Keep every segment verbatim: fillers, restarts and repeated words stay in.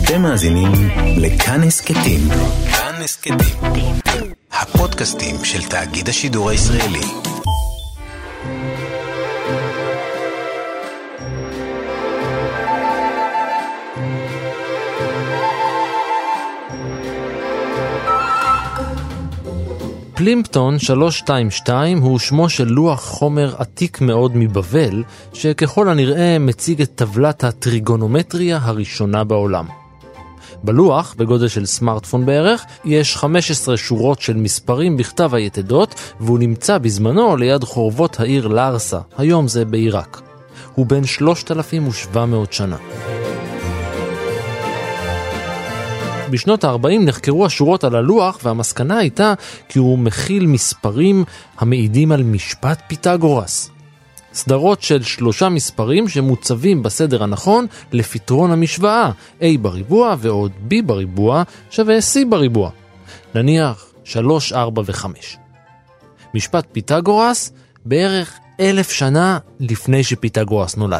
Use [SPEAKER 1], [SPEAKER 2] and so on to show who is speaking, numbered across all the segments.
[SPEAKER 1] אתם מאזינים לכאן הסכתים. כאן הסכתים. הפודקאסטים של תאגיד השידור הישראלי.
[SPEAKER 2] פלימפטון שלוש שתיים שתיים הוא שמו של לוח חומר עתיק מאוד מבבל, שככל הנראה מציג את טבלת הטריגונומטריה הראשונה בעולם. בלוח, בגודל של סמארטפון בערך, יש חמש עשרה שורות של מספרים בכתב היתדות, והוא נמצא בזמנו ליד חורבות העיר לארסה, היום זה בעיראק. הוא בן שלושת אלפים ושבע מאות שנה. בשנות ה-ארבעים נחקרו השורות על הלוח, והמסקנה הייתה כי הוא מכיל מספרים המעידים על משפט פיתגורס. סדרות של שלושה מספרים שמוצבים בסדר הנכון לפתרון המשוואה A בריבוע ועוד B בריבוע שווה C בריבוע. נניח שלוש, ארבע וחמש. משפט פיתגורס בערך אלף שנה לפני שפיתגורס נולד.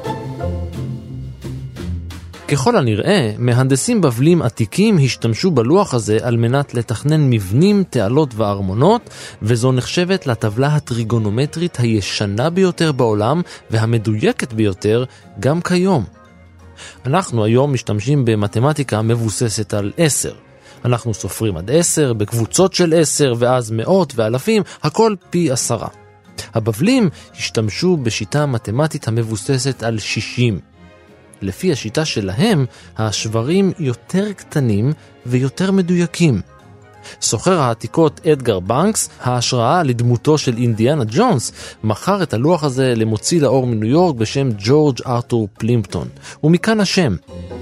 [SPEAKER 2] ככל הנראה, מהנדסים בבלים עתיקים השתמשו בלוח הזה על מנת לתכנן מבנים, תעלות וארמונות, וזו נחשבת לטבלה הטריגונומטרית הישנה ביותר בעולם והמדויקת ביותר גם כיום. אנחנו היום משתמשים במתמטיקה מבוססת על עשר. אנחנו סופרים עד עשר, בקבוצות של עשר, ואז מאות ואלפים, הכל פי עשרה. הבבלים השתמשו בשיטה מתמטית המבוססת על שישים. לפי השיטה שלהם, השברים יותר קטנים ויותר מדויקים. סוחר העתיקות אדגר בנקס, ההשראה לדמותו של אינדיאנה ג'ונס, מכר את הלוח הזה למוציא לאור מניו יורק בשם ג'ורג' ארתור פלימפטון, ומכאן השם.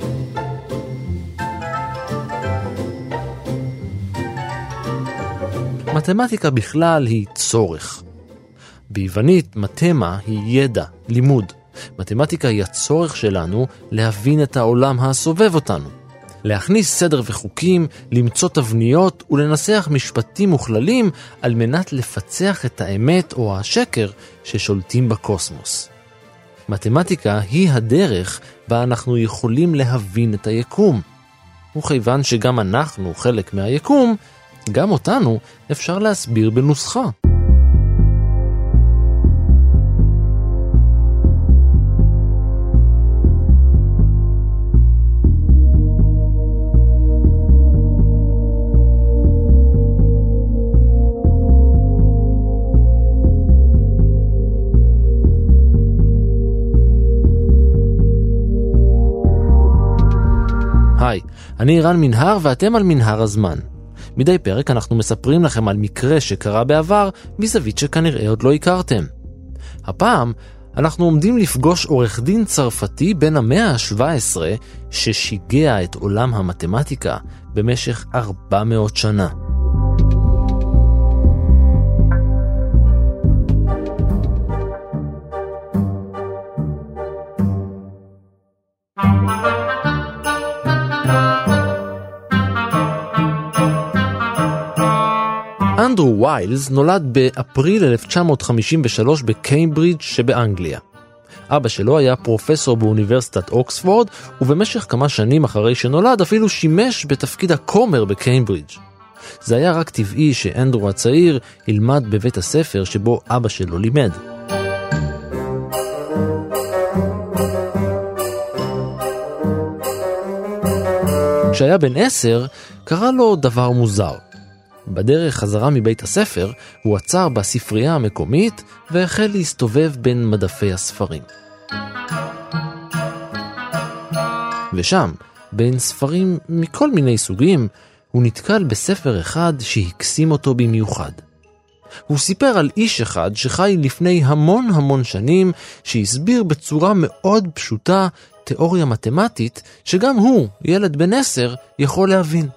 [SPEAKER 2] מתמטיקה בכלל היא צורך. ביוונית מתמה היא ידע, לימוד. מתמטיקה היא הצורך שלנו להבין את העולם הסובב אותנו. להכניס סדר וחוקים, למצוא תבניות ולנסח משפטים וכללים על מנת לפצח את האמת או השקר ששולטים בקוסמוס. מתמטיקה היא הדרך בה אנחנו יכולים להבין את היקום. וכיוון שגם אנחנו חלק מהיקום, גם אותנו אפשר להסביר בנוסחה. היי, אני רן מנהר ואתם על מנהר הזמן. מדי פרק אנחנו מספרים לכם על מקרה שקרה בעבר מזווית שכנראה עוד לא הכרתם. הפעם אנחנו עומדים לפגוש עורך דין צרפתי בין המאה ה-שבע עשרה ששיגע את עולם המתמטיקה במשך ארבע מאות שנה. אנדרו ויילס נולד באפריל אלף תשע מאות חמישים ושלוש בקיימברידג' שבאנגליה. אבא שלו היה פרופסור באוניברסיטת אוקספורד, ובמשך כמה שנים אחרי שנולד אפילו שימש בתפקיד הכומר בקיימברידג'. זה היה רק טבעי שאנדרו הצעיר ילמד בבית הספר שבו אבא שלו לימד. כשהיה בן עשר, קרה לו דבר מוזר. בדרך חזרה מבית הספר, הוא עצר בספרייה המקומית והחל להסתובב בין מדפי הספרים. ושם, בין ספרים מכל מיני סוגים, הוא נתקל בספר אחד שהקסים אותו במיוחד. הוא סיפר על איש אחד שחי לפני המון המון שנים, שהסביר בצורה מאוד פשוטה תיאוריה מתמטית שגם הוא, ילד בן עשר, יכול להבין.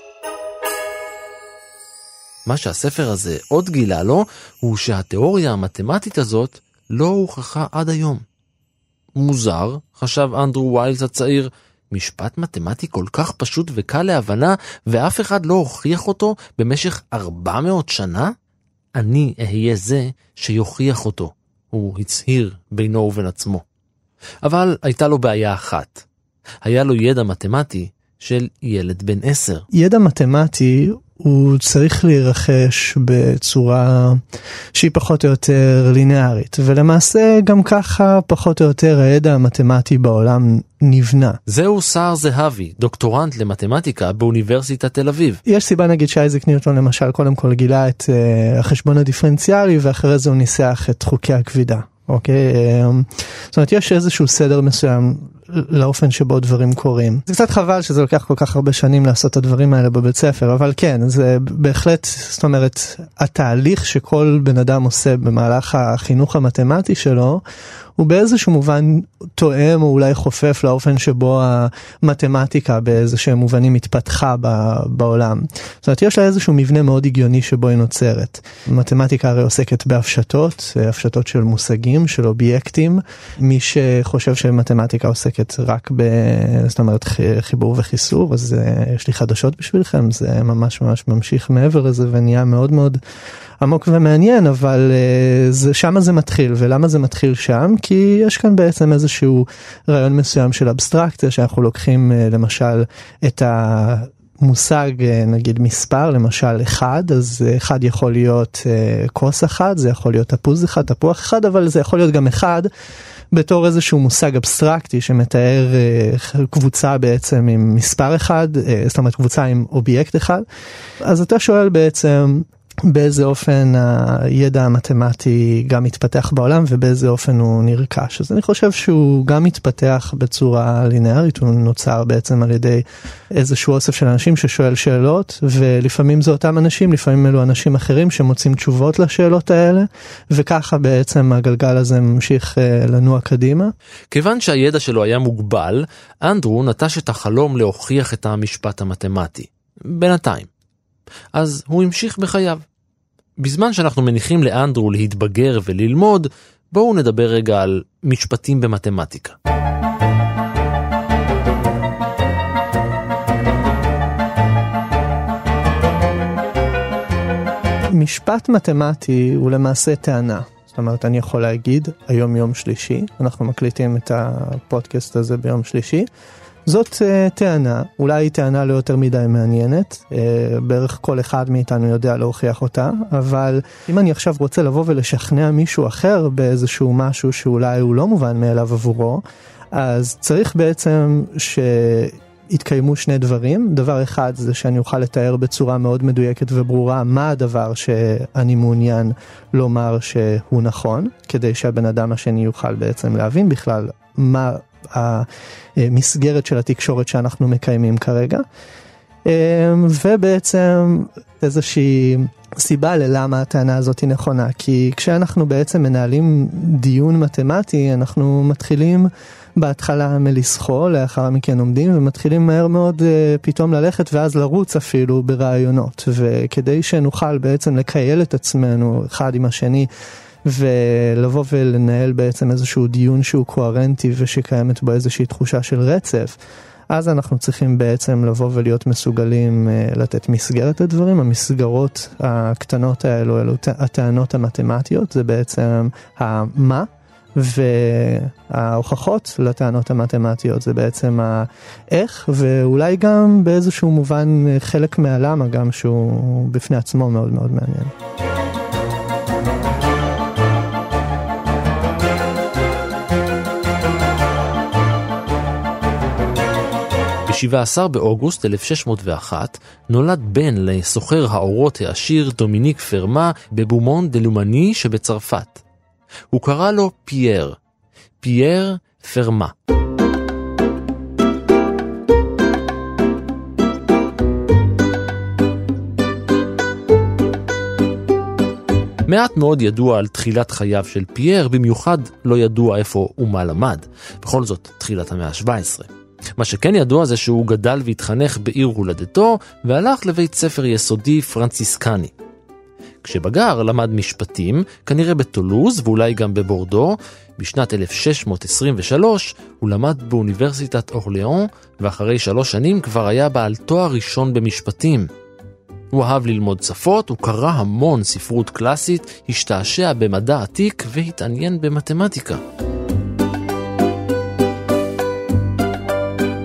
[SPEAKER 2] מה שהספר הזה עוד גילה לו, הוא שהתיאוריה המתמטית הזאת לא הוכחה עד היום. מוזר, חשב אנדרו ויילס הצעיר, משפט מתמטי כל כך פשוט וקל להבנה, ואף אחד לא הוכיח אותו במשך ארבע מאות שנה? אני אהיה זה שיוכיח אותו, הוא הצהיר בינו ובין עצמו. אבל הייתה לו בעיה אחת. היה לו ידע מתמטי של ילד בן עשר.
[SPEAKER 3] ידע מתמטי הוא צריך להירכש בצורה שהיא פחות או יותר לינארית, ולמעשה גם ככה פחות או יותר הידע המתמטי בעולם נבנה.
[SPEAKER 2] זהו סער זהבי, דוקטורנט למתמטיקה באוניברסיטת תל אביב.
[SPEAKER 3] יש סיבה נגיד שאייזק ניוטון למשל קודם כל גילה את uh, החשבון הדיפרנציאלי, ואחרי זה הוא ניסח את חוקי הכבידה. אוקיי? זאת אומרת, יש איזשהו סדר מסוים לאופן שבו דברים קורים. זה קצת חבל שזה לוקח כל כך הרבה שנים לעשות את הדברים האלה בבית ספר, אבל כן, זה בהחלט, זאת אומרת, התהליך שכל בן אדם עושה במהלך החינוך המתמטי שלו, הוא באיזשהו מובן תואם או אולי חופף לאופן שבו המתמטיקה באיזשהם מובנים התפתחה בעולם. זאת אומרת, יש לה איזשהו מבנה מאוד הגיוני שבו היא נוצרת. מתמטיקה הרי עוסקת בהפשטות, הפשטות של מושגים, של אובייקטים. מי שחושב שמתמטיקה עוסקת רק ב, זאת אומרת, חיבור וחיסור, אז יש לי חדשות בשבילכם, זה ממש ממש ממשיך מעבר לזה ונהיה מאוד מאוד עמוק ומעניין, אבל זה, שמה זה מתחיל. ולמה זה מתחיל שם? כי יש כאן בעצם איזשהו רעיון מסוים של אבסטרקציה, שאנחנו לוקחים למשל את המושג, נגיד מספר, למשל אחד, אז אחד יכול להיות כוס אחד, זה יכול להיות תפוז אחד, תפוח אחד, אבל זה יכול להיות גם אחד, בתור איזשהו מושג אבסטרקטי שמתאר קבוצה בעצם עם מספר אחד, זאת אומרת קבוצה עם אובייקט אחד. אז אתה שואל בעצם באיזה אופן הידע המתמטי גם מתפתח בעולם ובאיזה אופן הוא נרכש. אז אני חושב שהוא גם מתפתח בצורה לינארית, הוא נוצר בעצם על ידי איזשהו אוסף של אנשים ששואל שאלות, ולפעמים זה אותם אנשים, לפעמים אלו אנשים אחרים שמוצאים תשובות לשאלות האלה, וככה בעצם הגלגל הזה ממשיך לנוע קדימה.
[SPEAKER 2] כיוון שהידע שלו היה מוגבל, אנדרו נטש את החלום להוכיח את המשפט המתמטי. בינתיים. אז הוא המשיך בחייו. בזמן שאנחנו מניחים לאנדרו להתבגר וללמוד, בואו נדבר רגע על משפטים במתמטיקה.
[SPEAKER 3] משפט מתמטי הוא למעשה טענה. זאת אומרת, אני יכול להגיד, היום יום שלישי, אנחנו מקליטים את הפודקאסט הזה ביום שלישי, זאת uh, טענה, אולי היא טענה לא יותר מדי מעניינת, uh, בערך כל אחד מאיתנו יודע להוכיח אותה, אבל אם אני עכשיו רוצה לבוא ולשכנע מישהו אחר באיזשהו משהו שאולי הוא לא מובן מאליו עבורו, אז צריך בעצם שיתקיימו שני דברים. דבר אחד זה שאני אוכל לתאר בצורה מאוד מדויקת וברורה מה הדבר שאני מעוניין לומר שהוא נכון, כדי שהבן אדם השני יוכל בעצם להבין בכלל מה המסגרת של התקשורת שאנחנו מקיימים כרגע, ובעצם איזושהי סיבה ללמה הטענה הזאת היא נכונה, כי כשאנחנו בעצם מנהלים דיון מתמטי, אנחנו מתחילים בהתחלה מלסחו, לאחר מכן עומדים ומתחילים מהר מאוד פתאום ללכת ואז לרוץ אפילו ברעיונות, וכדי שנוכל בעצם לקייל את עצמנו אחד עם השני ולבוא ולנהל בעצם איזשהו דיון שהוא קוהרנטי ושקיימת בו איזושהי תחושה של רצף, אז אנחנו צריכים בעצם לבוא ולהיות מסוגלים לתת מסגרת לדברים. המסגרות הקטנות האלו, אלו הטענות המתמטיות, זה בעצם המה, וההוכחות לטענות המתמטיות זה בעצם האיך, ואולי גם באיזשהו מובן חלק מהלמה גם שהוא בפני עצמו מאוד מאוד מעניין.
[SPEAKER 2] ב-שבעה עשר באוגוסט אלף שש מאות ואחת נולד בן לסוחר האורות העשיר דומיניק פרמה בבומון דה לומני שבצרפת. הוא קרא לו פייר, פייר פרמה. מעט מאוד ידוע על תחילת חייו של פייר, במיוחד לא ידוע איפה ומה למד. בכל זאת, תחילת המאה ה-שבע עשרה. מה שכן ידוע זה שהוא גדל והתחנך בעיר הולדתו, והלך לבית ספר יסודי פרנציסקני. כשבגר למד משפטים, כנראה בטולוז ואולי גם בבורדו. בשנת אלף שש מאות עשרים ושלוש הוא למד באוניברסיטת אורליאון, ואחרי שלוש שנים כבר היה בעל תואר ראשון במשפטים. הוא אהב ללמוד שפות, הוא קרא המון ספרות קלאסית, השתעשע במדע עתיק והתעניין במתמטיקה.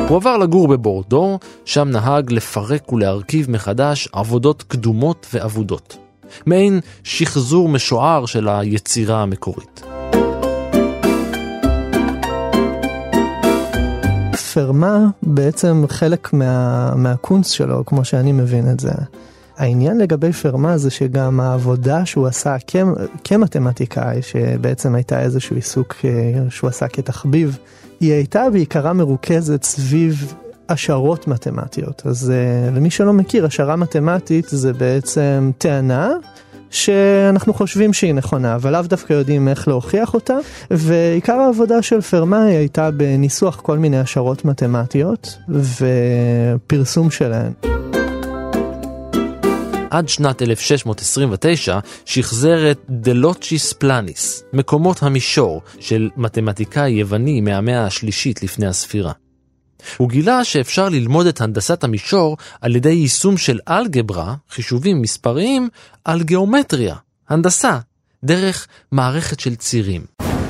[SPEAKER 2] הוא עבר לגור בבורדו, שם נהג לפרק ולהרכיב מחדש עבודות קדומות ועבודות. מעין שחזור משוער של היצירה המקורית.
[SPEAKER 3] פרמה בעצם חלק מה, מהקונץ שלו, כמו שאני מבין את זה. העניין לגבי פרמה זה שגם העבודה שהוא עשה כמתמטיקאי, שבעצם הייתה איזשהו עיסוק שהוא עשה כתחביב, היא הייתה בעיקרה מרוכזת סביב השערות מתמטיות. אז למי שלא מכיר, השערה מתמטית זה בעצם טענה שאנחנו חושבים שהיא נכונה, אבל לאו דווקא יודעים איך להוכיח אותה, ועיקר העבודה של פרמה היא הייתה בניסוח כל מיני השערות מתמטיות ופרסום שלהן.
[SPEAKER 2] עד שנת אלף שש מאות עשרים ותשע שחזר את דלוצ'יס פלניס, מקומות המישור של מתמטיקאי יווני מהמאה השלישית לפני הספירה. הוא גילה שאפשר ללמוד את הנדסת המישור על ידי יישום של אלגברה, חישובים מספריים, על גיאומטריה, הנדסה, דרך מערכת של צירים.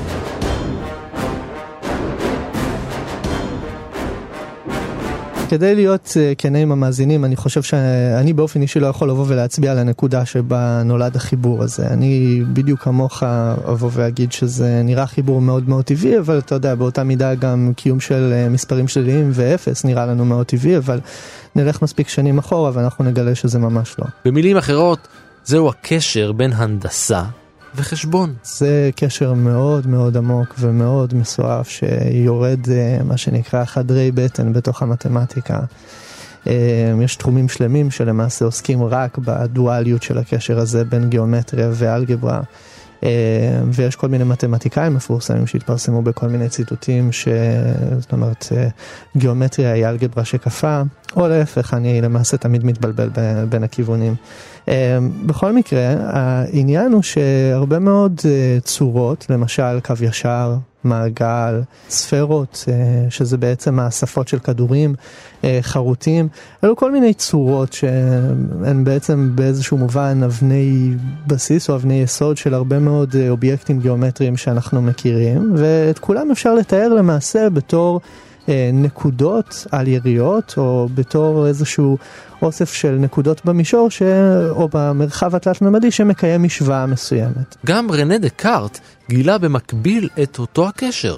[SPEAKER 3] כדי להיות כנה עם המאזינים, אני חושב שאני באופן אישי לא יכול לבוא ולהצביע על הנקודה שבה נולד החיבור הזה. אני בדיוק כמוך אבוא ואגיד שזה נראה חיבור מאוד מאוד טבעי, אבל אתה יודע, באותה מידה גם קיום של מספרים שליליים ואפס נראה לנו מאוד טבעי, אבל נלך מספיק שנים אחורה ואנחנו נגלה שזה ממש לא.
[SPEAKER 2] במילים אחרות, זהו הקשר בין הנדסה וחשבון.
[SPEAKER 3] זה קשר מאוד מאוד עמוק ומאוד מסועף שיורד מה שנקרא חדרי בטן בתוך המתמטיקה. יש תחומים שלמים שלמעשה עוסקים רק בדואליות של הקשר הזה בין גיאומטריה ואלגברה. ויש כל מיני מתמטיקאים מפורסמים שהתפרסמו בכל מיני ציטוטים זאת אומרת גיאומטריה היא אלגברה שקפה, או להפך, אני למעשה תמיד מתבלבל בין הכיוונים. בכל מקרה, העניין הוא שהרבה מאוד צורות, למשל קו ישר, מעגל, ספרות, שזה בעצם השפות של כדורים, חרוטים, אלו כל מיני צורות שהן בעצם באיזשהו מובן אבני בסיס או אבני יסוד של הרבה מאוד אובייקטים גיאומטריים שאנחנו מכירים, ואת כולם אפשר לתאר למעשה בתור נקודות על יריות, או בתור איזשהו אוסף של נקודות במישור, ש... או במרחב התלת-ממדי שמקיים משוואה מסוימת.
[SPEAKER 2] גם רנה דקארט גילה במקביל את אותו הקשר.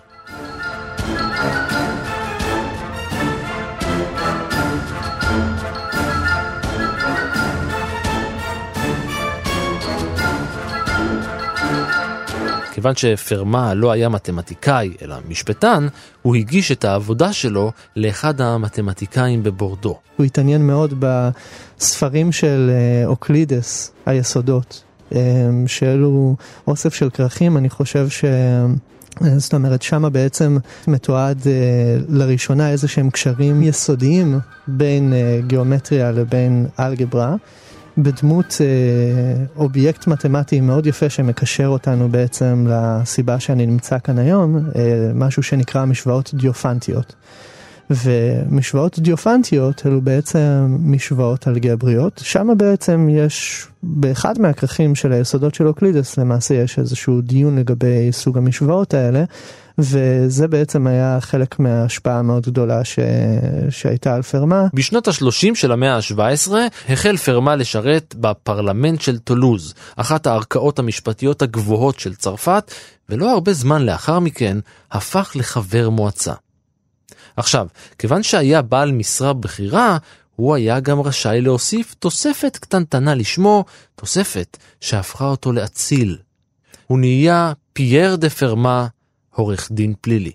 [SPEAKER 2] כיוון שפרמה לא היה מתמטיקאי אלא משפטן, הוא הגיש את העבודה שלו לאחד המתמטיקאים בבורדו.
[SPEAKER 3] הוא התעניין מאוד בספרים של אוקלידס, היסודות, שאלו אוסף של כרכים. אני חושב ש... זאת אומרת, שמה בעצם מתועד לראשונה איזה שהם קשרים יסודיים בין גיאומטריה לבין אלגברה, בדמות אה, אובייקט מתמטי מאוד יפה שמקשר אותנו בעצם לסיבה שאני נמצא כאן היום, אה, משהו שנקרא משוואות דיופנטיות. ומשוואות דיופנטיות אלו בעצם משוואות אלגבריות, שם בעצם יש, באחד מהכרכים של היסודות של אוקלידס, למעשה יש איזשהו דיון לגבי סוג המשוואות האלה, וזה בעצם היה חלק מההשפעה המאוד גדולה ש... שהייתה על פרמה.
[SPEAKER 2] בשנות ה-שלושים של המאה ה-שבע עשרה החל פרמה לשרת בפרלמנט של טולוז, אחת הערכאות המשפטיות הגבוהות של צרפת, ולא הרבה זמן לאחר מכן הפך לחבר מועצה. עכשיו, כיוון שהיה בעל משרה בחירה, הוא היה גם רשאי להוסיף תוספת קטנטנה לשמו, תוספת שהפכה אותו לאציל. הוא נהיה פייר דה פרמה, עורך דין פלילי.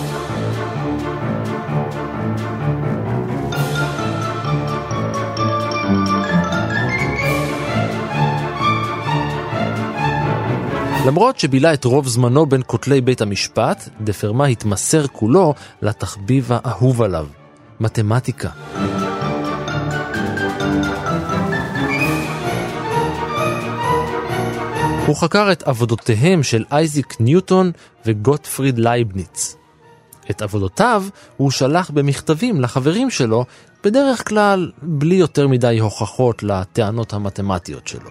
[SPEAKER 2] למרות שבילה את רוב זמנו בין כותלי בית המשפט, דה פרמה התמסר כולו לתחביב האהוב עליו, מתמטיקה. הוא חקר את עבודותיהם של אייזיק ניוטון וגוטפריד לייבניץ. את עבודותיו הוא שלח במכתבים לחברים שלו, בדרך כלל בלי יותר מדי הוכחות לטענות המתמטיות שלו.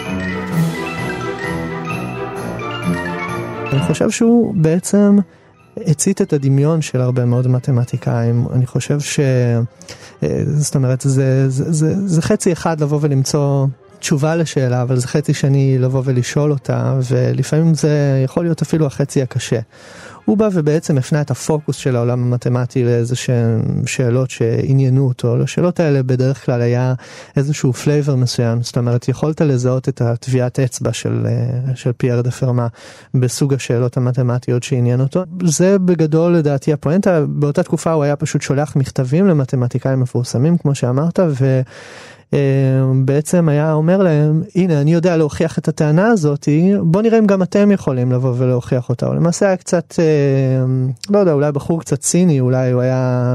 [SPEAKER 3] אני חושב שהוא בעצם הצית את הדמיון של הרבה מאוד מתמטיקאים. אני חושב ש... זאת אומרת, זה, זה, זה, זה חצי אחד לבוא ולמצוא תשובה לשאלה, אבל זה חצי שני לבוא ולשאול אותה, ולפעמים זה יכול להיות אפילו החצי הקשה. הוא בא ובעצם הפנה את הפוקוס של העולם המתמטי לאיזה שאלות שעניינו אותו. לשאלות האלה בדרך כלל היה איזשהו פלייבר מסוים, זאת אומרת, יכולת לזהות את הטביעת אצבע של, של פייר דה פרמה בסוג השאלות המתמטיות שעניין אותו. זה בגדול לדעתי הפואנטה. באותה תקופה הוא היה פשוט שולח מכתבים למתמטיקאים מפורסמים, כמו שאמרת, ו... בעצם היה אומר להם, הנה אני יודע להוכיח את הטענה הזאת, בוא נראה אם גם אתם יכולים לבוא ולהוכיח אותה. או למעשה היה קצת, לא יודע, אולי בחור קצת ציני, אולי הוא היה,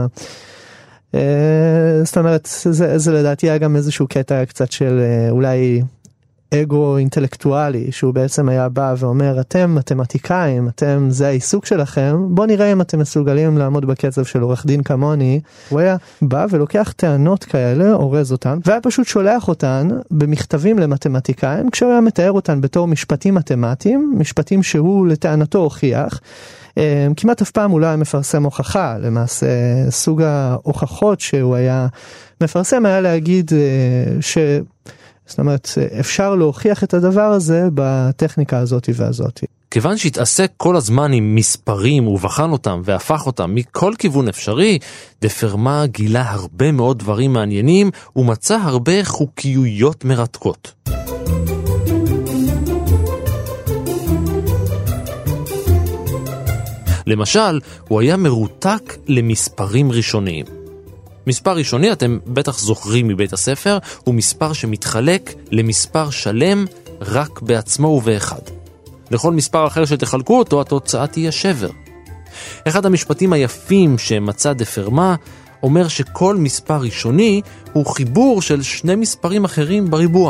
[SPEAKER 3] זאת אומרת, זה, זה לדעתי היה גם איזשהו קטע קצת של אולי אגו אינטלקטואלי, שהוא בעצם היה בא ואומר, אתם מתמטיקאים, אתם, זה העיסוק שלכם, בוא נראה אם אתם מסוגלים לעמוד בקצב של עורך דין כמוני. הוא היה בא ולוקח טענות כאלה, אורז אותן, והיה פשוט שולח אותן במכתבים למתמטיקאים, כשהוא היה מתאר אותן בתור משפטים מתמטיים, משפטים שהוא לטענתו הוכיח. כמעט אף פעם הוא לא היה מפרסם הוכחה, למעשה סוג ההוכחות שהוא היה מפרסם היה להגיד ש... זאת אומרת, אפשר להוכיח את הדבר הזה בטכניקה הזאת והזאת.
[SPEAKER 2] כיוון שהתעסק כל הזמן עם מספרים ובחן אותם והפך אותם מכל כיוון אפשרי, דה פרמה גילה הרבה מאוד דברים מעניינים ומצא הרבה חוקיויות מרתקות. למשל, הוא היה מרותק למספרים ראשוניים. מספר ראשוני, אתם בטח זוכרים מבית הספר, הוא מספר שמתחלק למספר שלם רק בעצמו ובאחד. לכל מספר אחר שתחלקו אותו, התוצאה תהיה שבר. אחד המשפטים היפים שמצא דה פרמה אומר שכל מספר ראשוני הוא חיבור של שני מספרים אחרים בריבוע.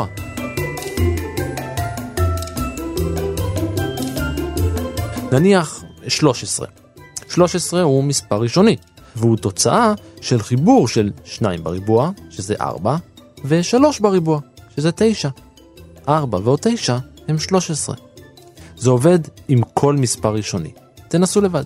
[SPEAKER 2] נניח שלוש עשרה. שלוש עשרה הוא מספר ראשוני. והוא תוצאה של חיבור של שניים בריבוע, שזה ארבע, ושלוש בריבוע, שזה תשע. ארבע ועוד תשע הם שלוש עשרה. זה עובד עם כל מספר ראשוני. תנסו לבד.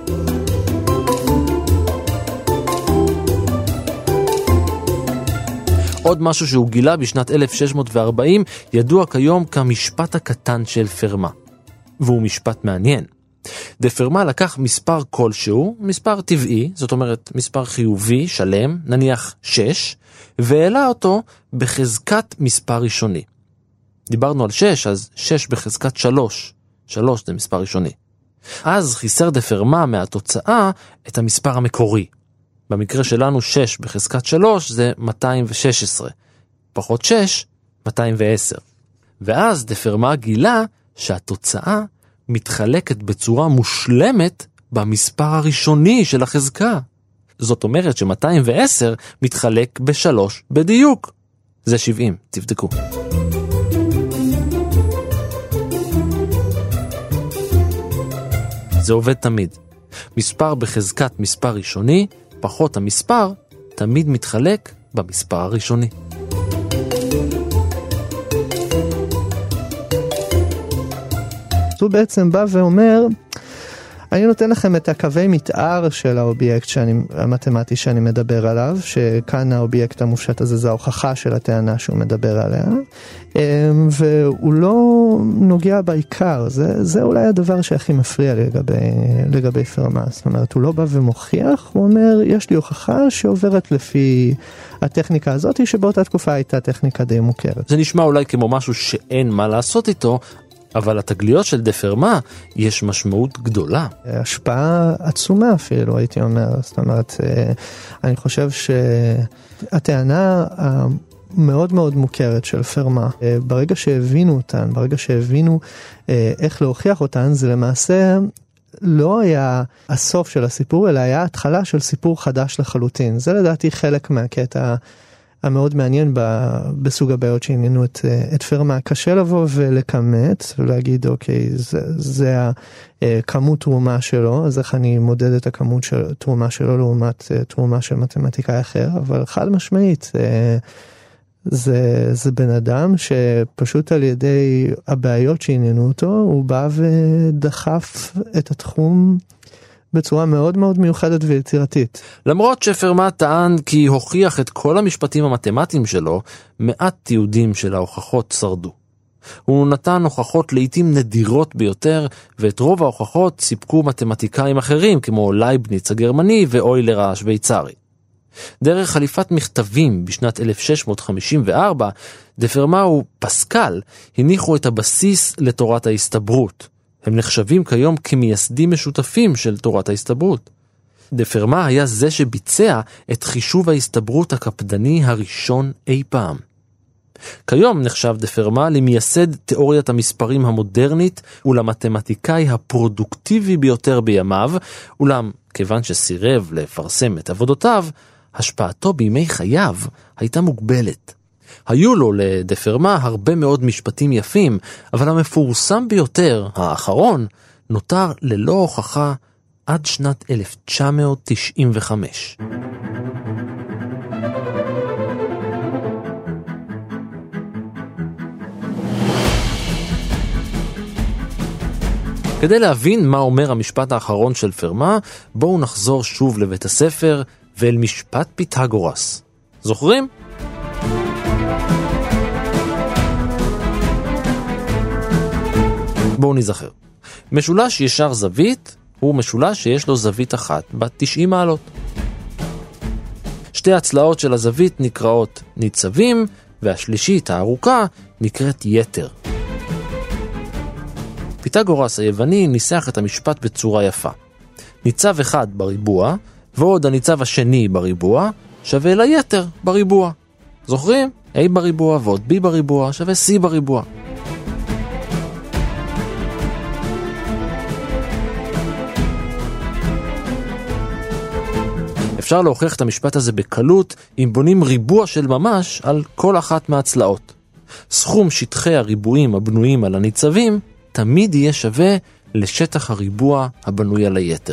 [SPEAKER 2] עוד משהו שהוא גילה בשנת אלף שש מאות וארבעים, ידוע כיום כמשפט הקטן של פרמה. והוא משפט מעניין. דה פרמה לקח מספר כלשהו, מספר טבעי, זאת אומרת מספר חיובי, שלם, נניח שש, והעלה אותו בחזקת מספר ראשוני. דיברנו על שש, אז שש בחזקת שלוש. שלוש זה מספר ראשוני. אז חיסר דה פרמה מהתוצאה את המספר המקורי. במקרה שלנו שש בחזקת שלוש זה מאתיים ושש עשרה. פחות שש, מאתיים ועשר. ואז דה פרמה גילה שהתוצאה מתחלקת בצורה מושלמת במספר הראשוני של החזקה. זאת אומרת ש-מאתיים ועשר מתחלק בשלוש בדיוק. זה שבעים, תבדקו. זה עובד תמיד. מספר בחזקת מספר ראשוני, פחות המספר, תמיד מתחלק במספר הראשוני.
[SPEAKER 3] הוא בעצם בא ואומר, אני נותן לכם את הקווי מתאר של האובייקט שאני, המתמטי שאני מדבר עליו, שכאן האובייקט המופשט הזה זה ההוכחה של הטענה שהוא מדבר עליה, והוא לא נוגע בעיקר, זה, זה אולי הדבר שהכי מפריע לגבי, לגבי פרמה, זאת אומרת, הוא לא בא ומוכיח, הוא אומר, יש לי הוכחה שעוברת לפי הטכניקה הזאת, שבאותה תקופה הייתה טכניקה די מוכרת.
[SPEAKER 2] זה נשמע אולי כמו משהו שאין מה לעשות איתו, אבל התגליות של דה פרמה יש משמעות גדולה.
[SPEAKER 3] השפעה עצומה אפילו, הייתי אומר. זאת אומרת, אני חושב שהטענה המאוד מאוד מוכרת של פרמה, ברגע שהבינו אותן, ברגע שהבינו איך להוכיח אותן, זה למעשה לא היה הסוף של הסיפור, אלא היה התחלה של סיפור חדש לחלוטין. זה לדעתי חלק מהקטע המאוד מעניין בסוג הבעיות שעניינו את, את פרמה. קשה לבוא ולכמת ולהגיד, אוקיי, זה, זה הכמות תרומה שלו, אז איך אני מודד את הכמות של תרומה שלו לעומת תרומה של מתמטיקאי אחר, אבל חד משמעית, זה, זה בן אדם שפשוט על ידי הבעיות שעניינו אותו, הוא בא ודחף את התחום בצורה מאוד מאוד מיוחדת ויצירתית.
[SPEAKER 2] למרות שפרמה טען כי הוכיח את כל המשפטים המתמטיים שלו, מעט תיעודים של ההוכחות שרדו. הוא נתן הוכחות לעתים נדירות ביותר, ואת רוב ההוכחות סיפקו מתמטיקאים אחרים, כמו לייבניץ הגרמני ואוילר השוויצרי. דרך חליפת מכתבים בשנת אלף שש מאות חמישים וארבע, דה פרמה ופסקל הניחו את הבסיס לתורת ההסתברות. הם נחשבים כיום כמייסדים משותפים של תורת ההסתברות. דה פרמה היה זה שביצע את חישוב ההסתברות הקפדני הראשון אי פעם. כיום נחשב דה פרמה למייסד תיאוריית המספרים המודרנית ולמתמטיקאי הפרודוקטיבי ביותר בימיו, אולם כיוון שסירב לפרסם את עבודותיו, השפעתו בימי חייו הייתה מוגבלת. היו לו לדה פרמה הרבה מאוד משפטים יפים, אבל המפורסם ביותר, האחרון, נותר ללא הוכחה עד שנת אלף תשע מאות תשעים וחמש. כדי להבין מה אומר המשפט האחרון של פרמה, בואו נחזור שוב לבית הספר ואל משפט פיתגורס. זוכרים? בואו נזכר. משולש ישר זווית הוא משולש שיש לו זווית אחת בת תשעים מעלות. שתי הצלעות של הזווית נקראות ניצבים, והשלישית הארוכה נקראת יתר. פיתגורס היווני ניסח את המשפט בצורה יפה. ניצב אחד בריבוע, ועוד הניצב השני בריבוע, שווה ליתר בריבוע. זוכרים? A בריבוע ועוד B בריבוע שווה C בריבוע. אפשר להוכיח את המשפט הזה בקלות אם בונים ריבוע של ממש על כל אחת מהצלעות. סכום שטחי הריבועים הבנויים על הניצבים תמיד יהיה שווה לשטח הריבוע הבנוי על היתר.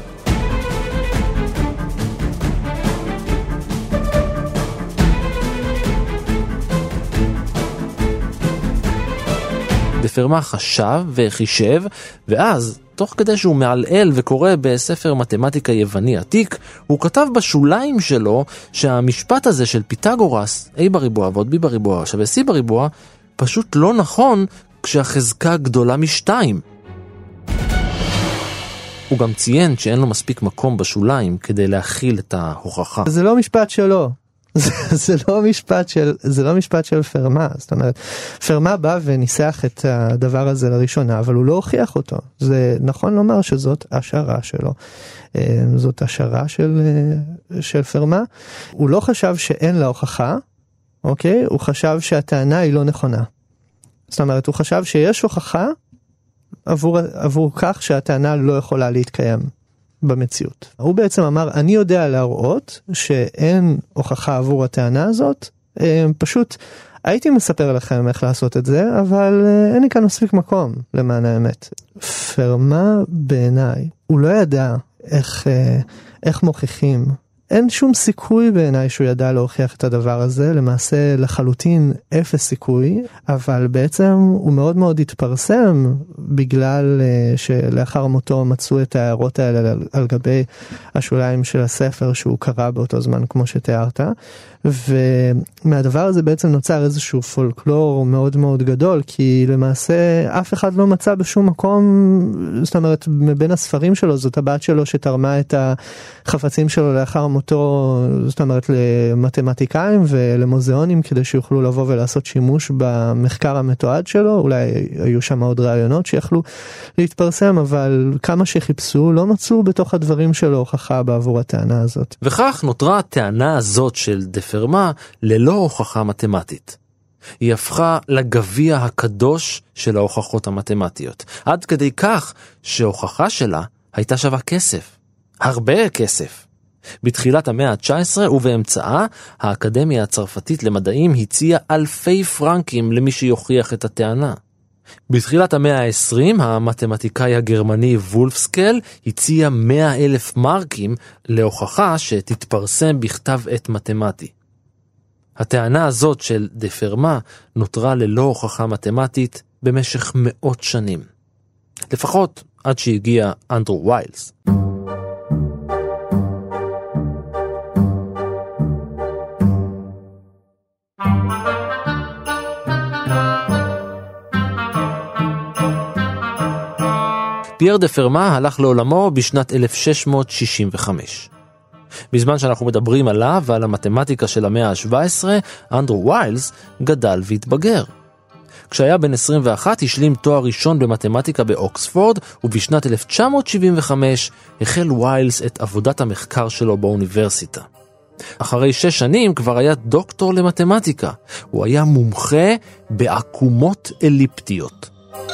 [SPEAKER 2] דה פרמה חשב וחישב, ואז, תוך כדי שהוא מעלעל וקורא בספר מתמטיקה יווני עתיק, הוא כתב בשוליים שלו שהמשפט הזה של פיתגורס, A בריבוע ועוד B בריבוע שווה C בריבוע, פשוט לא נכון כשהחזקה גדולה משתיים. הוא גם ציין שאין לו מספיק מקום בשוליים כדי להכיל את ההוכחה.
[SPEAKER 3] זה לא משפט שלו. זה, זה לא משפט של, זה לא משפט של פרמה. זאת אומרת, פרמה בא וניסח את הדבר הזה לראשונה, אבל הוא לא הוכיח אותו. זה נכון לומר שזאת השערה שלו. זאת השערה של, של פרמה. הוא לא חשב שאין לה הוכחה, אוקיי? הוא חשב שהטענה היא לא נכונה. זאת אומרת, הוא חשב שיש הוכחה עבור, עבור כך שהטענה לא יכולה להתקיים במציאות. הוא בעצם אמר, אני יודע להראות שאין הוכחה עבור הטענה הזאת, פשוט הייתי מספר לכם איך לעשות את זה, אבל אין לי כאן מספיק מקום למען האמת. פרמה בעיניי, הוא לא ידע איך, איך מוכיחים, אין שום סיכוי בעיניי שהוא ידע להוכיח את הדבר הזה, למעשה לחלוטין אפס סיכוי, אבל בעצם הוא מאוד מאוד התפרסם בגלל שלאחר מותו מצאו את ההערות האלה על גבי השוליים של הספר שהוא קרא באותו זמן כמו שתיארת, ומהדבר הזה בעצם נוצר איזשהו פולקלור מאוד מאוד גדול, כי למעשה אף אחד לא מצא בשום מקום, זאת אומרת מבין הספרים שלו, זאת הבת שלו שתרמה את החפצים שלו לאחר מותו, זאת אומרת למתמטיקאים ולמוזיאונים כדי שיוכלו לבוא ולעשות שימוש במחקר המתועד שלו, אולי היו שם עוד רעיונות שיכלו להתפרסם, אבל כמה שחיפשו לא מצאו בתוך הדברים שלו הוכחה בעבור הטענה הזאת.
[SPEAKER 2] וכך נותרה הטענה הזאת של דה פרמה ללא הוכחה מתמטית. היא הפכה לגביע הקדוש של ההוכחות המתמטיות, עד כדי כך שההוכחה שלה הייתה שווה כסף, הרבה כסף. בתחילת המאה ה-תשע עשרה ובאמצעה, האקדמיה הצרפתית למדעים הציעה אלפי פרנקים למי שיוכיח את הטענה. בתחילת המאה ה-עשרים, המתמטיקאי הגרמני וולפסקל הציע מאה אלף מרקים להוכחה שתתפרסם בכתב עת מתמטי. הטענה הזאת של דה פרמה נותרה ללא הוכחה מתמטית במשך מאות שנים. לפחות עד שהגיע אנדרו ויילס. פייר דה פרמה הלך לעולמו בשנת אלף שש מאות שישים וחמש. בזמן שאנחנו מדברים עליו ועל המתמטיקה של המאה ה-שבע עשרה, אנדרו ויילס גדל והתבגר. כשהיה בן עשרים ואחת השלים תואר ראשון במתמטיקה באוקספורד, ובשנת אלף תשע מאות שבעים וחמש החל ויילס את עבודת המחקר שלו באוניברסיטה. אחרי שש שנים כבר היה דוקטור למתמטיקה. הוא היה מומחה בעקומות אליפטיות.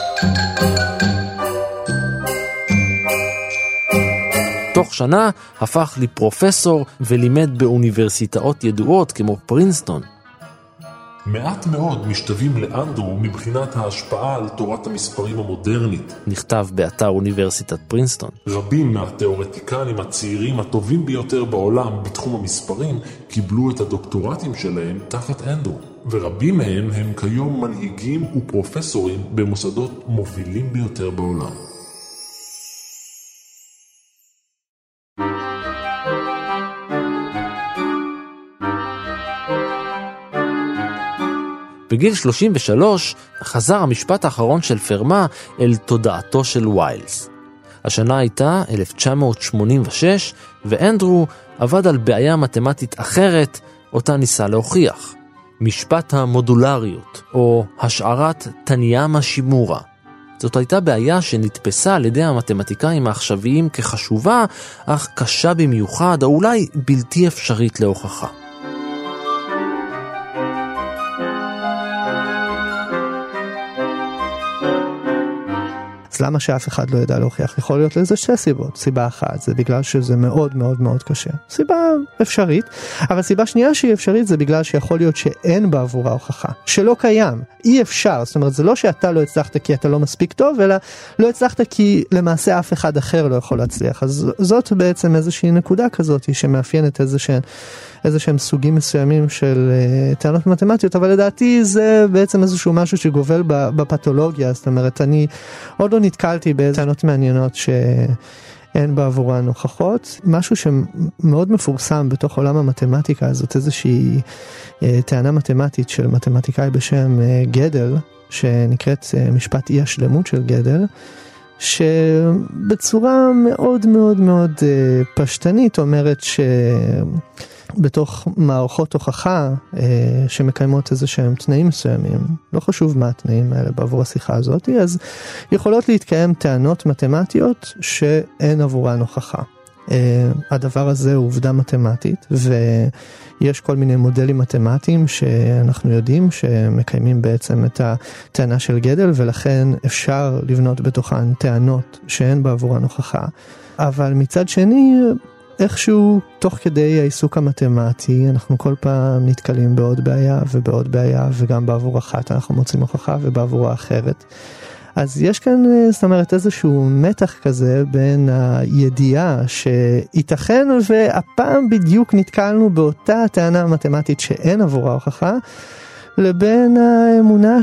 [SPEAKER 2] תוך שנה הפך לפרופסור ולימד באוניברסיטאות ידועות כמו פרינסטון.
[SPEAKER 4] מעט מאוד משתווים לאנדרו מבחינת ההשפעה על תורת המספרים המודרנית.
[SPEAKER 2] נכתב באתר אוניברסיטת פרינסטון.
[SPEAKER 4] רבים מהתיאורטיקנים הצעירים הטובים ביותר בעולם בתחום המספרים קיבלו את הדוקטורטים שלהם תחת אנדרו. ורבים מהם הם כיום מנהיגים ופרופסורים במוסדות מובילים ביותר בעולם.
[SPEAKER 2] בגיל שלושים ושלוש חזר המשפט האחרון של פרמה אל תודעתו של ויילס. השנה הייתה אלף תשע מאות שמונים ושש, ואנדרו עבד על בעיה מתמטית אחרת, אותה ניסה להוכיח. משפט המודולריות, או השערת טניאמה שימורה. זאת הייתה בעיה שנתפסה על ידי המתמטיקאים העכשוויים כחשובה, אך קשה במיוחד, או אולי בלתי אפשרית להוכחה.
[SPEAKER 3] אז למה שאף אחד לא ידע להוכיח? יכול להיות לזה שתי סיבות. סיבה אחת, זה בגלל שזה מאוד מאוד מאוד קשה. סיבה אפשרית, אבל סיבה שנייה שהיא אפשרית זה בגלל שיכול להיות שאין בעבורה הוכחה. שלא קיים. אי אפשר. זאת אומרת, זה לא שאתה לא הצלחת כי אתה לא מספיק טוב, אלא לא הצלחת כי למעשה אף אחד אחר לא יכול להצליח. אז זאת בעצם איזושהי נקודה כזאת שמאפיינת איזשהן איזה שהם סוגים מסוימים של uh, טענות מתמטיות, אבל לדעתי זה בעצם איזשהו משהו שגובל בפתולוגיה. זאת אומרת, אני עוד לא נתקלתי בטענות מעניינות שאין בעבורן הוכחות. משהו שמאוד מפורסם בתוך עולם המתמטיקה, זאת איזושהי uh, טענה מתמטית של מתמטיקאי בשם uh, גדל, שנקראת uh, משפט אי השלמות של גדל, שבצורה מאוד מאוד מאוד uh, פשטנית אומרת ש... בתוך מערכות הוכחה אה, שמקיימות איזה שהם תנאים מסוימים, לא חשוב מה התנאים האלה בעבור השיחה הזאת, אז יכולות להתקיים טענות מתמטיות שאין עבורן הוכחה. אה, הדבר הזה הוא עובדה מתמטית, ויש כל מיני מודלים מתמטיים שאנחנו יודעים שמקיימים בעצם את הטענה של גדל, ולכן אפשר לבנות בתוכן טענות שאין בעבורן הוכחה. אבל מצד שני, איכשהו, תוך כדי העיסוק המתמטי, אנחנו כל פעם נתקלים בעוד בעיה ובעוד בעיה, וגם בעבור אחת אנחנו מוצאים הוכחה ובעבור האחרת. אז יש כאן, זאת אומרת, איזשהו מתח כזה בין הידיעה שייתכן והפעם בדיוק נתקלנו באותה הטענה המתמטית שאין עבורה הוכחה, לבין האמונה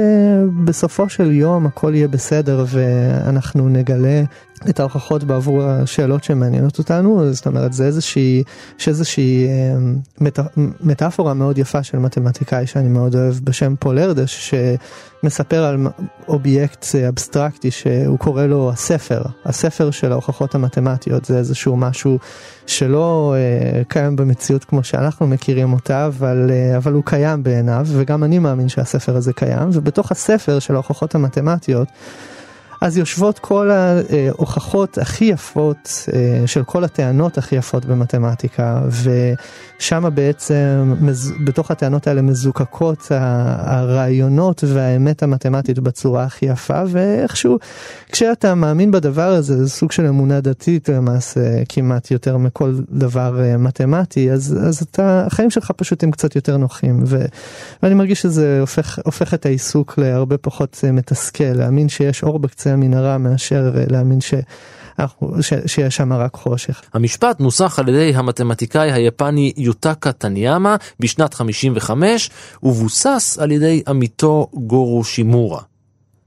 [SPEAKER 3] שבסופו של יום הכל יהיה בסדר ואנחנו נגלה את ההוכחות בעבור השאלות שמעניינות אותנו. זאת אומרת, זה איזושהי, שאיזושהי מט, מטאפורה מאוד יפה של מתמטיקאי שאני מאוד אוהב בשם פול ארדש, שמספר על אובייקט אבסטרקטי שהוא קורא לו הספר, הספר של ההוכחות המתמטיות. זה איזשהו משהו שלא אה, קיים במציאות כמו שאנחנו מכירים אותה, אבל, אה, אבל הוא קיים בעיניו, וגם אני מאמין שהספר הזה קיים, ובתוך הספר של ההוכחות המתמטיות, אז יושבות כל ההוכחות הכי יפות של כל הטענות הכי יפות במתמטיקה, ושם בעצם בתוך הטענות האלה מזוקקות הרעיונות והאמת המתמטית בצורה הכי יפה, ואיכשהו כשאתה מאמין בדבר הזה, זה סוג של אמונה דתית למעשה כמעט יותר מכל דבר מתמטי, אז, אז אתה, החיים שלך פשוט הם קצת יותר נוחים, ו, ואני מרגיש שזה הופך, הופך את העיסוק להרבה פחות מתסכל, להאמין שיש אור בקצה המנהרה מאשר להאמין ש... ש... שיש שם רק חושך.
[SPEAKER 2] המשפט נוסח על ידי המתמטיקאי היפני יוטאקה טניאמה בשנת חמישים וחמש, ובוסס על ידי עמיתו גורו שימורה.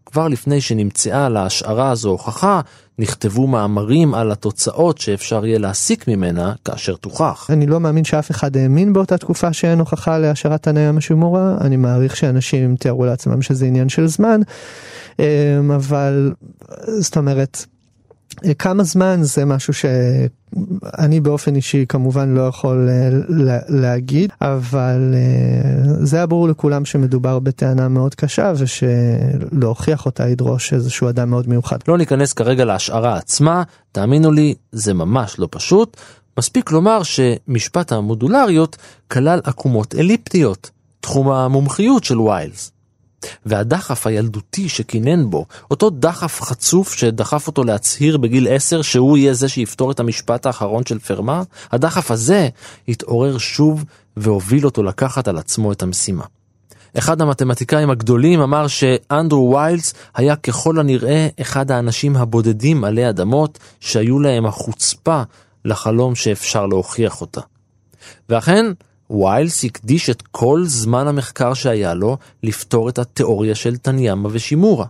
[SPEAKER 2] כבר לפני שנמצאה להשערה הזו הוכחה, נכתבו מאמרים על התוצאות שאפשר יהיה להסיק ממנה כאשר תוכח.
[SPEAKER 3] אני לא מאמין שאף אחד האמין באותה תקופה שאין הוכחה להשערת תנאי השימורה, אני מעריך שאנשים תיארו לעצמם שזה עניין של זמן, אבל זאת אומרת, כמה זמן זה משהו שאני באופן אישי כמובן לא יכול להגיד, אבל זה היה ברור לכולם שמדובר בטענה מאוד קשה, ושלהוכיח אותה ידרוש איזשהו אדם מאוד מיוחד.
[SPEAKER 2] לא ניכנס כרגע להשערה עצמה, תאמינו לי, זה ממש לא פשוט. מספיק לומר שמשפט המודולריות כלל עקומות אליפטיות, תחום המומחיות של ויילס. והדחף הילדותי שכינן בו, אותו דחף חצוף שדחף אותו להצהיר בגיל עשר שהוא יהיה זה שיפתור את המשפט האחרון של פרמה, הדחף הזה התעורר שוב והוביל אותו לקחת על עצמו את המשימה. אחד המתמטיקאים הגדולים אמר שאנדרו ויילס היה ככל הנראה אחד האנשים הבודדים עלי אדמות שהיו להם החוצפה לחלום שאפשר להוכיח אותה. ואכן, ויילס הקדיש את כל זמן המחקר שהיה לו לפתור את התיאוריה של טניימה ושימורה.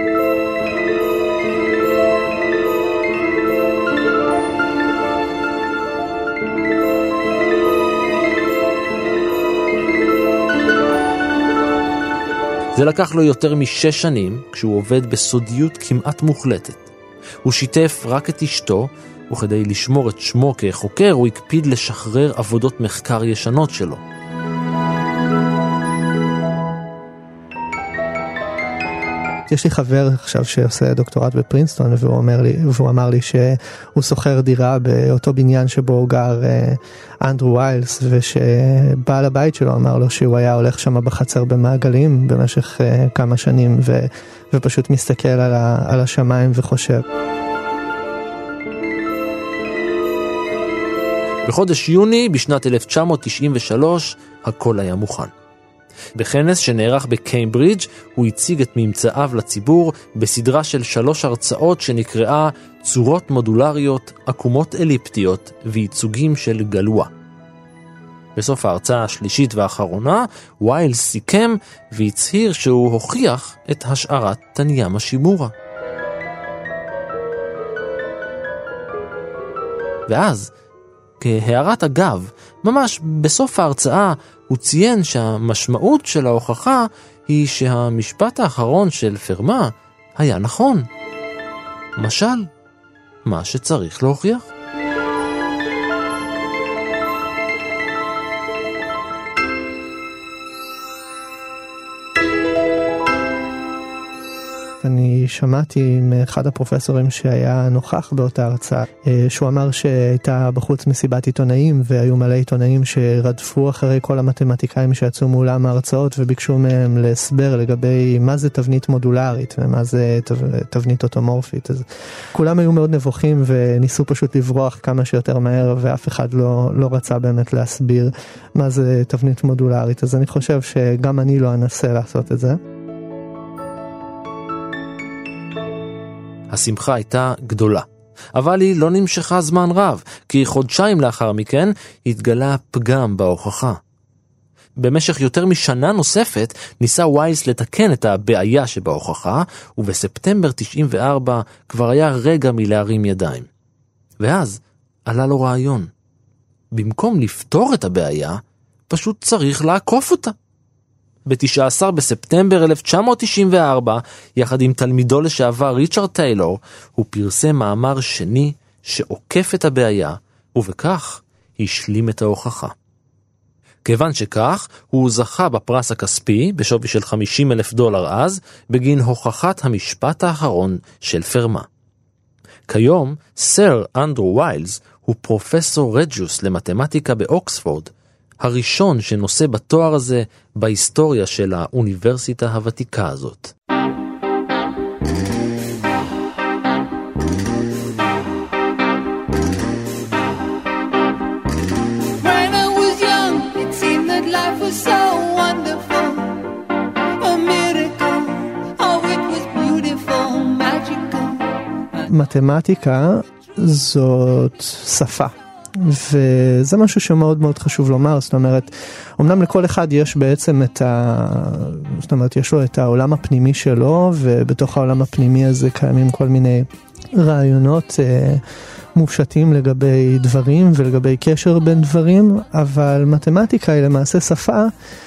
[SPEAKER 2] זה לקח לו יותר משש שנים כשהוא עובד בסודיות כמעט מוחלטת. הוא שיתף רק את אשתו, וכדי לשמור את שמו כחוקר הוא הקפיד לשחרר עבודות מחקר ישנות שלו.
[SPEAKER 3] יש לי חבר עכשיו שעושה דוקטורט בפרינסטון, והוא אומר לי, והוא אמר לי שהוא שוכר דירה באותו בניין שבו גר אנדרו ויילס, ושבעל הבית שלו אמר לו שהוא היה הולך שם בחצר במעגלים במשך כמה שנים, ו, ופשוט מסתכל על, ה, על השמיים וחושב.
[SPEAKER 2] בחודש יוני בשנת אלף תשע מאות תשעים ושלוש הכל היה מוכן. בכנס שנערך בקיימברידג' הוא הציג את ממצאיו לציבור בסדרה של שלוש הרצאות שנקראה צורות מודולריות, עקומות אליפטיות וייצוגים של גלואה. בסוף ההרצאה השלישית והאחרונה, ויילס סיכם והצהיר שהוא הוכיח את השערת טניימה שימורה. ואז, כהערת אגב, ממש בסוף ההרצאה הוא ציין שהמשמעות של ההוכחה היא שהמשפט האחרון של פרמה היה נכון. משל, מה שצריך להוכיח.
[SPEAKER 3] אני שמעתי מאחד הפרופסורים שהיה נוכח באותה הרצאה, שהוא אמר שהייתה בחוץ מסיבת עיתונאים, והיו מלא עיתונאים שרדפו אחרי כל המתמטיקאים שיצאו מאולם ההרצאות, וביקשו מהם להסבר לגבי מה זה תבנית מודולרית, ומה זה תבנית אוטומורפית. אז כולם היו מאוד נבוכים, וניסו פשוט לברוח כמה שיותר מהר, ואף אחד לא, לא רצה באמת להסביר מה זה תבנית מודולרית. אז אני חושב שגם אני לא אנסה לעשות את זה.
[SPEAKER 2] השמחה הייתה גדולה, אבל היא לא נמשכה זמן רב, כי חודשיים לאחר מכן התגלה פגם בהוכחה. במשך יותר משנה נוספת ניסה ויילס לתקן את הבעיה שבהוכחה, ובספטמבר תשעים וארבע כבר היה רגע מלהרים ידיים. ואז עלה לו רעיון. במקום לפתור את הבעיה, פשוט צריך לעקוף אותה. ב-תשעה עשר בספטמבר אלף תשע מאות תשעים וארבע, יחד עם תלמידו לשעבר ריצ'רד טיילור, הוא פרסם מאמר שני שעוקף את הבעיה, ובכך השלים את ההוכחה. כיוון שכך, הוא זכה בפרס הכספי, בשווי של חמישים אלף דולר אז, בגין הוכחת המשפט האחרון של פרמה. כיום, סר אנדרו ויילס הוא פרופסור רג'וס למתמטיקה באוקספורד, הראשון שנושא בתואר הזה בהיסטוריה של האוניברסיטה הוותיקה הזאת.
[SPEAKER 3] מתמטיקה זאת שפה. וזה משהו שמאוד מאוד חשוב לומר, זאת אומרת, אמנם לכל אחד יש בעצם את ה... זאת אומרת, יש לו את העולם הפנימי שלו, ובתוך העולם הפנימי הזה קיימים כל מיני רעיונות אה, מופשטים לגבי דברים ולגבי קשר בין דברים, אבל מתמטיקה היא למעשה שפה,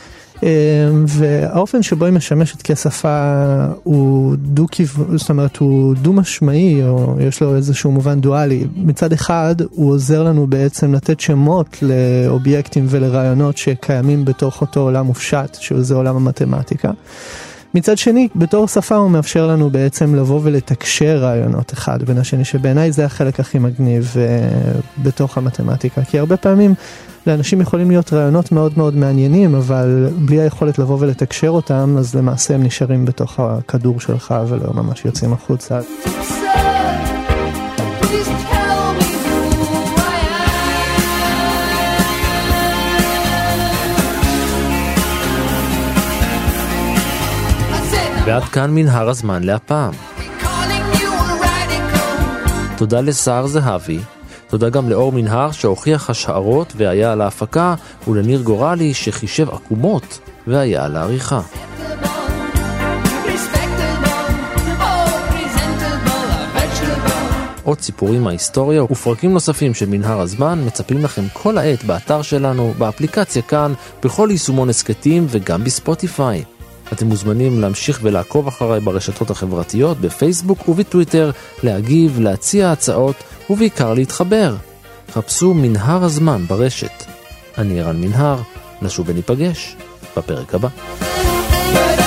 [SPEAKER 3] והאופן שבו היא משמשת כשפה הוא דו כיוון, זאת אומרת הוא דו משמעי, או יש לו איזשהו מובן דואלי. מצד אחד הוא עוזר לנו בעצם לתת שמות לאובייקטים ולרעיונות שקיימים בתוך אותו עולם מופשט, שזה עולם המתמטיקה. מצד שני, בתור שפה הוא מאפשר לנו בעצם לבוא ולתקשר רעיונות אחד בין השני, שבעיניי זה החלק הכי מגניב uh, בתוך המתמטיקה, כי הרבה פעמים לאנשים יכולים להיות רעיונות מאוד מאוד מעניינים, אבל בלי היכולת לבוא ולתקשר אותם, אז למעשה הם נשארים בתוך הכדור שלך ולא ממש יוצאים החוצה.
[SPEAKER 2] ועד כאן מנהר הזמן להפעם. תודה לסער זהבי, תודה גם לאור מנהר שהוכיח השערות והיה על ההפקה, ולניר גורלי שחישב עקומות והיה על העריכה. עוד סיפורים מההיסטוריה ופרקים נוספים של מנהר הזמן מצפים לכם כל העת באתר שלנו, באפליקציה כאן, בכל יישומון הסקטים וגם בספוטיפיי. אתם מוזמנים להמשיך ולעקוב אחריי ברשתות החברתיות, בפייסבוק ובטוויטר, להגיב, להציע הצעות ובעיקר להתחבר. חפשו מנהר הזמן ברשת. אני ערן מנהר, נשוב וניפגש בפרק הבא.